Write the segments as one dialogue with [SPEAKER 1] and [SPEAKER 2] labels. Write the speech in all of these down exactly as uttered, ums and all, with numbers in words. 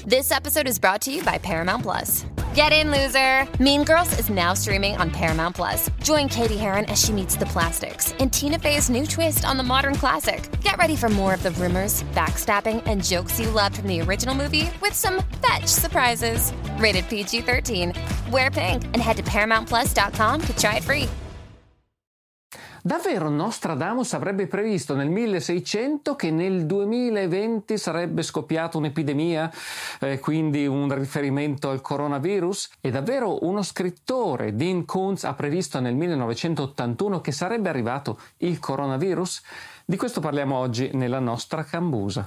[SPEAKER 1] This episode is brought to you by Paramount Plus. Get in, loser! Mean Girls is now streaming on Paramount Plus. Join Katie Heron as she meets the plastics in Tina Fey's new twist on the modern classic. Get ready for more of the rumors, backstabbing, and jokes you loved from the original movie with some fetch surprises. Rated P G thirteen. Wear pink and head to paramount plus dot com to try it free.
[SPEAKER 2] Davvero Nostradamus avrebbe previsto nel milleseicento che nel duemilaventi sarebbe scoppiata un'epidemia, eh, quindi un riferimento al coronavirus? E davvero uno scrittore, Dean Koontz, ha previsto nel millenovecentottantuno che sarebbe arrivato il coronavirus? Di questo parliamo oggi nella nostra cambusa.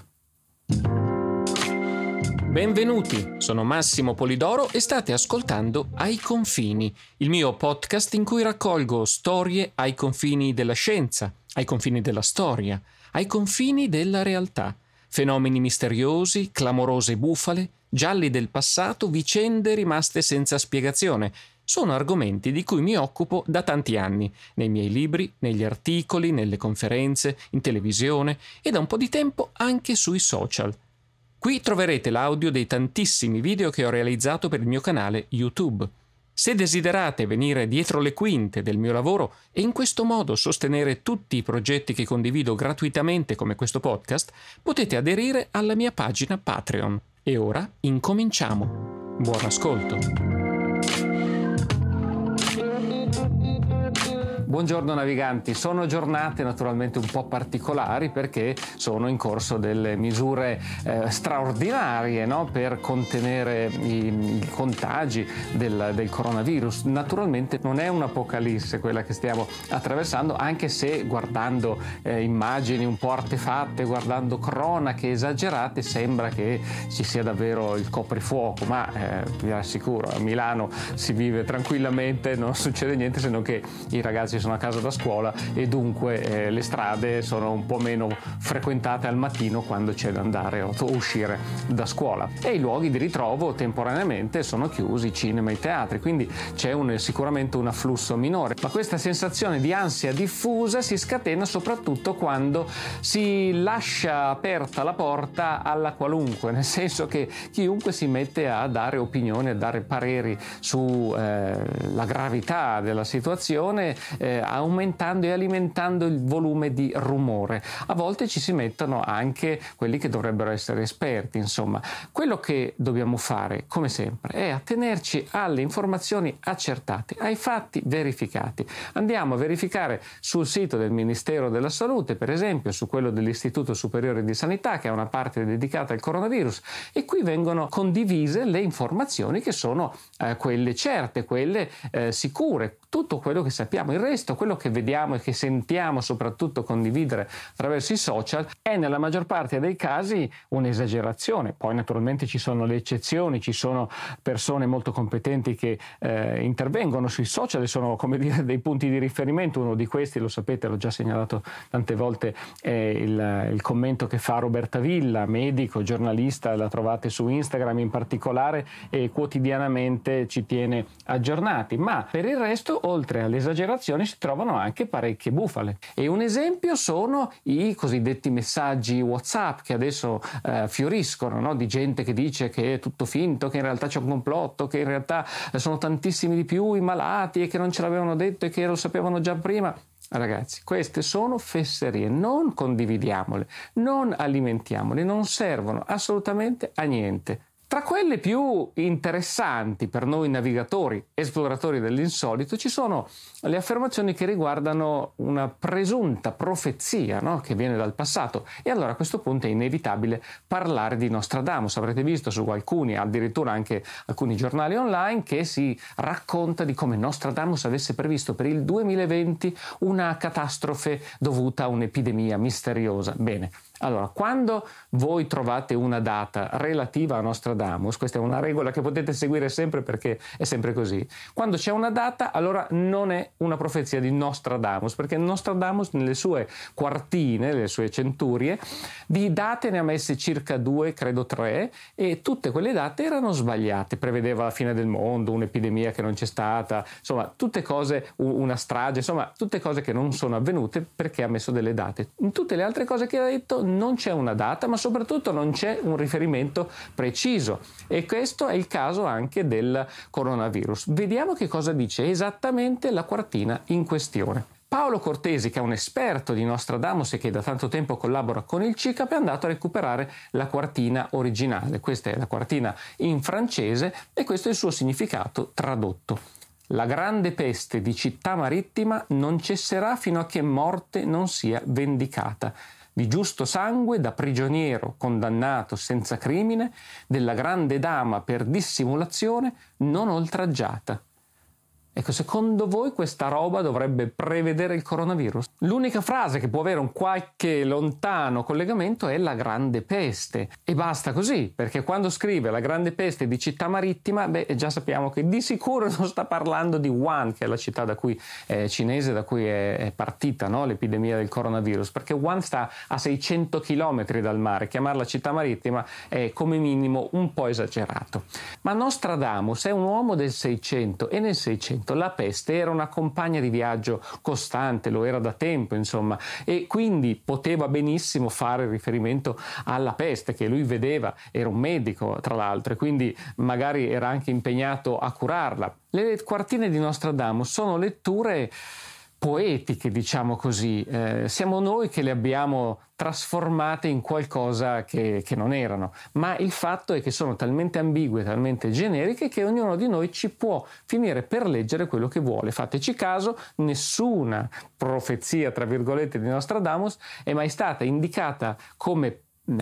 [SPEAKER 2] Benvenuti, sono Massimo Polidoro e state ascoltando Ai Confini, il mio podcast in cui raccolgo storie ai confini della scienza, ai confini della storia, ai confini della realtà, fenomeni misteriosi, clamorose bufale, gialli del passato, vicende rimaste senza spiegazione. Sono argomenti di cui mi occupo da tanti anni, nei miei libri, negli articoli, nelle conferenze, in televisione e da un po' di tempo anche sui social. Qui troverete l'audio dei tantissimi video che ho realizzato per il mio canale YouTube. Se desiderate venire dietro le quinte del mio lavoro e in questo modo sostenere tutti i progetti che condivido gratuitamente come questo podcast, potete aderire alla mia pagina Patreon. E ora incominciamo. Buon ascolto. Buongiorno naviganti, sono giornate naturalmente un po' particolari perché sono in corso delle misure eh, straordinarie, no? Per contenere i, i contagi del, del coronavirus. Naturalmente non è un'apocalisse quella che stiamo attraversando, anche se guardando eh, immagini un po' artefatte, guardando cronache esagerate, sembra che ci sia davvero il coprifuoco, ma eh, vi assicuro, a Milano si vive tranquillamente, non succede niente se non che i ragazzi sono a casa da scuola e dunque eh, le strade sono un po' meno frequentate al mattino quando c'è da andare o uscire da scuola, e i luoghi di ritrovo temporaneamente sono chiusi, cinema e teatri, quindi c'è un, sicuramente un afflusso minore, ma questa sensazione di ansia diffusa si scatena soprattutto quando si lascia aperta la porta alla qualunque, nel senso che chiunque si mette a dare opinioni, a dare pareri sulla eh, gravità della situazione, eh, aumentando e alimentando il volume di rumore. A volte ci si mettono anche quelli che dovrebbero essere esperti. Insomma, quello che dobbiamo fare, come sempre, è attenerci alle informazioni accertate, ai fatti verificati. Andiamo a verificare sul sito del Ministero della Salute, per esempio, su quello dell'Istituto Superiore di Sanità, che ha una parte dedicata al coronavirus, e qui vengono condivise le informazioni che sono eh, quelle certe, quelle eh, sicure, tutto quello che sappiamo. Il resto, quello che vediamo e che sentiamo soprattutto condividere attraverso i social, è nella maggior parte dei casi un'esagerazione. Poi naturalmente ci sono le eccezioni, ci sono persone molto competenti che eh, intervengono sui social e sono, come dire, dei punti di riferimento. Uno di questi, lo sapete, l'ho già segnalato tante volte, è il, il commento che fa Roberta Villa, medico, giornalista, la trovate su Instagram in particolare e quotidianamente ci tiene aggiornati. Ma per il resto, oltre all'esagerazione, si trovano anche parecchie bufale, e un esempio sono i cosiddetti messaggi WhatsApp che adesso eh, fioriscono, no? Di gente che dice che è tutto finto, che in realtà c'è un complotto, che in realtà sono tantissimi di più i malati e che non ce l'avevano detto e che lo sapevano già prima. Ragazzi, queste sono fesserie, non condividiamole, non alimentiamole, non servono assolutamente a niente. Tra quelle più interessanti per noi navigatori, esploratori dell'insolito, ci sono le affermazioni che riguardano una presunta profezia, no? Che viene dal passato. E allora a questo punto è inevitabile parlare di Nostradamus. Avrete visto su alcuni, addirittura anche alcuni giornali online, che si racconta di come Nostradamus avesse previsto per il duemilaventi una catastrofe dovuta a un'epidemia misteriosa. Bene. Allora, quando voi trovate una data relativa a Nostradamus, questa è una regola che potete seguire sempre perché è sempre così, quando c'è una data allora non è una profezia di Nostradamus, perché Nostradamus nelle sue quartine, nelle sue centurie, di date ne ha messe circa due, credo tre, e tutte quelle date erano sbagliate. Prevedeva la fine del mondo, un'epidemia che non c'è stata, insomma tutte cose, una strage, insomma tutte cose che non sono avvenute perché ha messo delle date. In tutte le altre cose che ha detto non c'è una data, ma soprattutto non c'è un riferimento preciso tutto. E questo è il caso anche del coronavirus. Vediamo che cosa dice esattamente la quartina in questione. Paolo Cortesi, che è un esperto di Nostradamus e che da tanto tempo collabora con il C I C A P, è andato a recuperare la quartina originale. Questa è la quartina in francese e questo è il suo significato tradotto. La grande peste di Città Marittima non cesserà fino a che morte non sia vendicata. Di giusto sangue da prigioniero condannato senza crimine, della grande dama per dissimulazione non oltraggiata. Ecco, secondo voi questa roba dovrebbe prevedere il coronavirus? L'unica frase che può avere un qualche lontano collegamento è la grande peste. E basta così, perché quando scrive la grande peste di Città Marittima, beh, già sappiamo che di sicuro non sta parlando di Wuhan, che è la città da cui, eh, cinese da cui è, è partita, no, l'epidemia del coronavirus, perché Wuhan sta a seicento chilometri dal mare. Chiamarla città marittima è come minimo un po' esagerato. Ma Nostradamus è un uomo del Seicento e nel Seicento la peste era una compagna di viaggio costante, lo era da tempo, insomma, e quindi poteva benissimo fare riferimento alla peste che lui vedeva, era un medico tra l'altro, e quindi magari era anche impegnato a curarla. Le quartine di Nostradamus sono letture poetiche, diciamo così, eh, siamo noi che le abbiamo trasformate in qualcosa che, che non erano, ma il fatto è che sono talmente ambigue, talmente generiche che ognuno di noi ci può finire per leggere quello che vuole. Fateci caso, nessuna profezia, tra virgolette, di Nostradamus è mai stata indicata come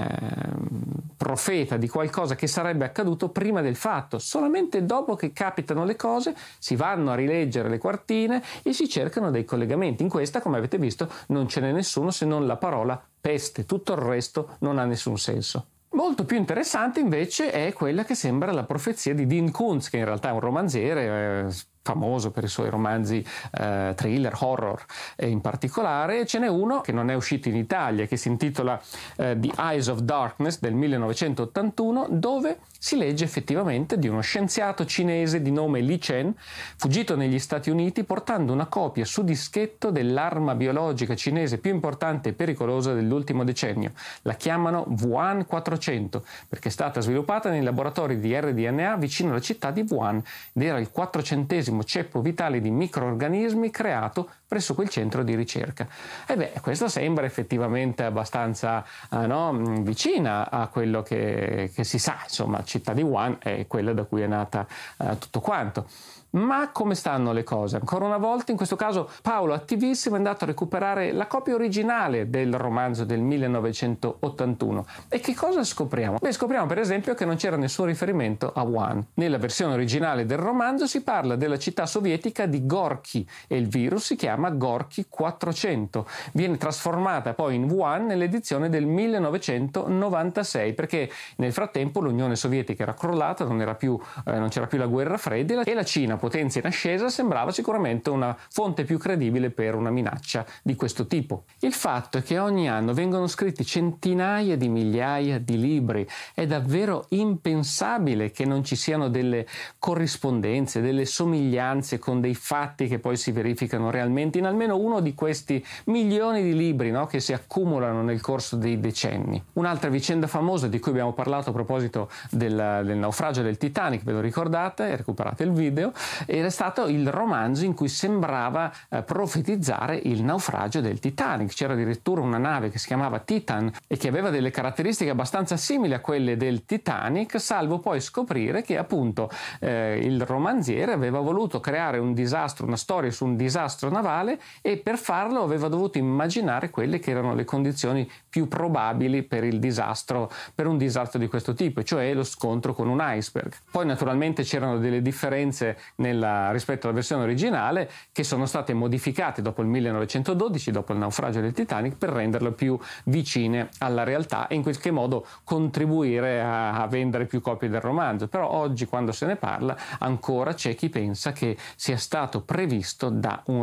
[SPEAKER 2] profeta di qualcosa che sarebbe accaduto prima del fatto. Solamente dopo che capitano le cose si vanno a rileggere le quartine e si cercano dei collegamenti. In questa, come avete visto, non ce n'è nessuno se non la parola peste, tutto il resto non ha nessun senso. Molto più interessante invece è quella che sembra la profezia di Dean Koontz, che in realtà è un romanziere eh, famoso per i suoi romanzi eh, thriller, horror, e in particolare ce n'è uno che non è uscito in Italia, che si intitola eh, The Eyes of Darkness del millenovecentottantuno, dove si legge effettivamente di uno scienziato cinese di nome Li Chen, fuggito negli Stati Uniti portando una copia su dischetto dell'arma biologica cinese più importante e pericolosa dell'ultimo decennio. La chiamano Wuhan quattrocento perché è stata sviluppata nei laboratori di R D N A vicino alla città di Wuhan ed era il quattrocentesimo ceppo vitale di microorganismi creato presso quel centro di ricerca. E beh, questo sembra effettivamente abbastanza eh, no, vicina a quello che, che si sa, insomma, città di Wuhan è quella da cui è nata eh, tutto quanto. Ma come stanno le cose? Ancora una volta, in questo caso, Paolo, attivissimo, è andato a recuperare la copia originale del romanzo del millenovecentottantuno. E che cosa scopriamo? Beh, scopriamo per esempio che non c'era nessun riferimento a Wuhan. Nella versione originale del romanzo si parla della città sovietica di Gorky e il virus si chiama Gorky quattrocento. Viene trasformata poi in Wuhan nell'edizione del millenovecentonovantasei, perché nel frattempo l'Unione Sovietica era crollata, non, era più, eh, non c'era più la guerra fredda e la Cina, potenza in ascesa, sembrava sicuramente una fonte più credibile per una minaccia di questo tipo. Il fatto è che ogni anno vengono scritti centinaia di migliaia di libri. È davvero impensabile che non ci siano delle corrispondenze, delle somiglianze con dei fatti che poi si verificano realmente in almeno uno di questi milioni di libri, no, che si accumulano nel corso dei decenni. Un'altra vicenda famosa di cui abbiamo parlato a proposito del, del naufragio del Titanic, ve lo ricordate? Recuperate il video. Era stato il romanzo in cui sembrava eh, profetizzare il naufragio del Titanic. C'era addirittura una nave che si chiamava Titan e che aveva delle caratteristiche abbastanza simili a quelle del Titanic, salvo poi scoprire che appunto eh, il romanziere aveva voluto creare un disastro, una storia su un disastro navale, e per farlo aveva dovuto immaginare quelle che erano le condizioni più probabili per il disastro, per un disastro di questo tipo, cioè lo scontro con un iceberg. Poi naturalmente c'erano delle differenze nella, rispetto alla versione originale, che sono state modificate dopo il millenovecentododici, dopo il naufragio del Titanic, per renderle più vicine alla realtà e in qualche modo contribuire a, a vendere più copie del romanzo. Però oggi, quando se ne parla, ancora c'è chi pensa che sia stato previsto da un romanzo.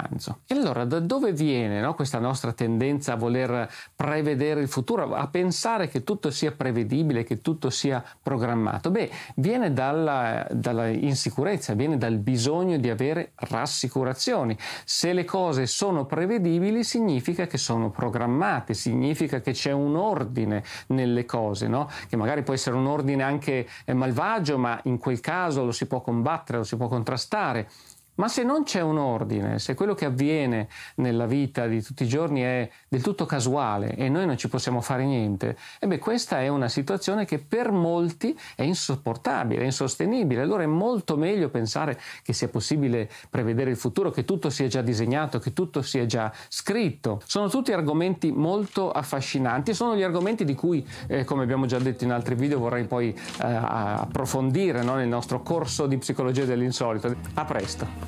[SPEAKER 2] romanzo. E allora da dove viene, no, questa nostra tendenza a voler prevedere il futuro, a pensare che tutto sia prevedibile, che tutto sia programmato? Beh, viene dalla, dalla insicurezza, viene dal bisogno di avere rassicurazioni. Se le cose sono prevedibili significa che sono programmate, significa che c'è un ordine nelle cose, no? Che magari può essere un ordine anche malvagio, ma in quel caso lo si può combattere, lo si può contrastare. Ma se non c'è un ordine, se quello che avviene nella vita di tutti i giorni è del tutto casuale e noi non ci possiamo fare niente, e beh, questa è una situazione che per molti è insopportabile, è insostenibile. Allora è molto meglio pensare che sia possibile prevedere il futuro, che tutto sia già disegnato, che tutto sia già scritto. Sono tutti argomenti molto affascinanti, sono gli argomenti di cui, eh, come abbiamo già detto in altri video, vorrei poi eh, approfondire, no, nel nostro corso di psicologia dell'insolito. A presto!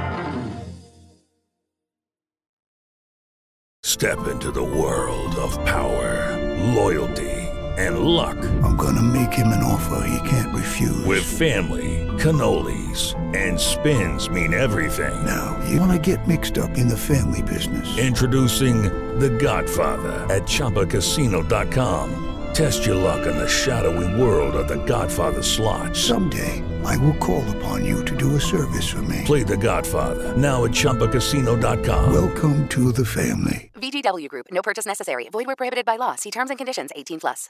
[SPEAKER 3] Step into the world of power, loyalty, and luck.
[SPEAKER 4] I'm gonna make him an offer he can't refuse.
[SPEAKER 3] With family, cannolis, and spins mean everything.
[SPEAKER 4] Now, you wanna get mixed up in the family business.
[SPEAKER 3] Introducing The Godfather at Chumba Casino dot com. Test your luck in the shadowy world of The Godfather slot.
[SPEAKER 4] Someday, I will call upon you to do a service for me.
[SPEAKER 3] Play The Godfather, now at Chumba Casino dot com.
[SPEAKER 4] Welcome to the family.
[SPEAKER 5] V G W Group. No purchase necessary. Void where prohibited by law. See terms and conditions. eighteen plus.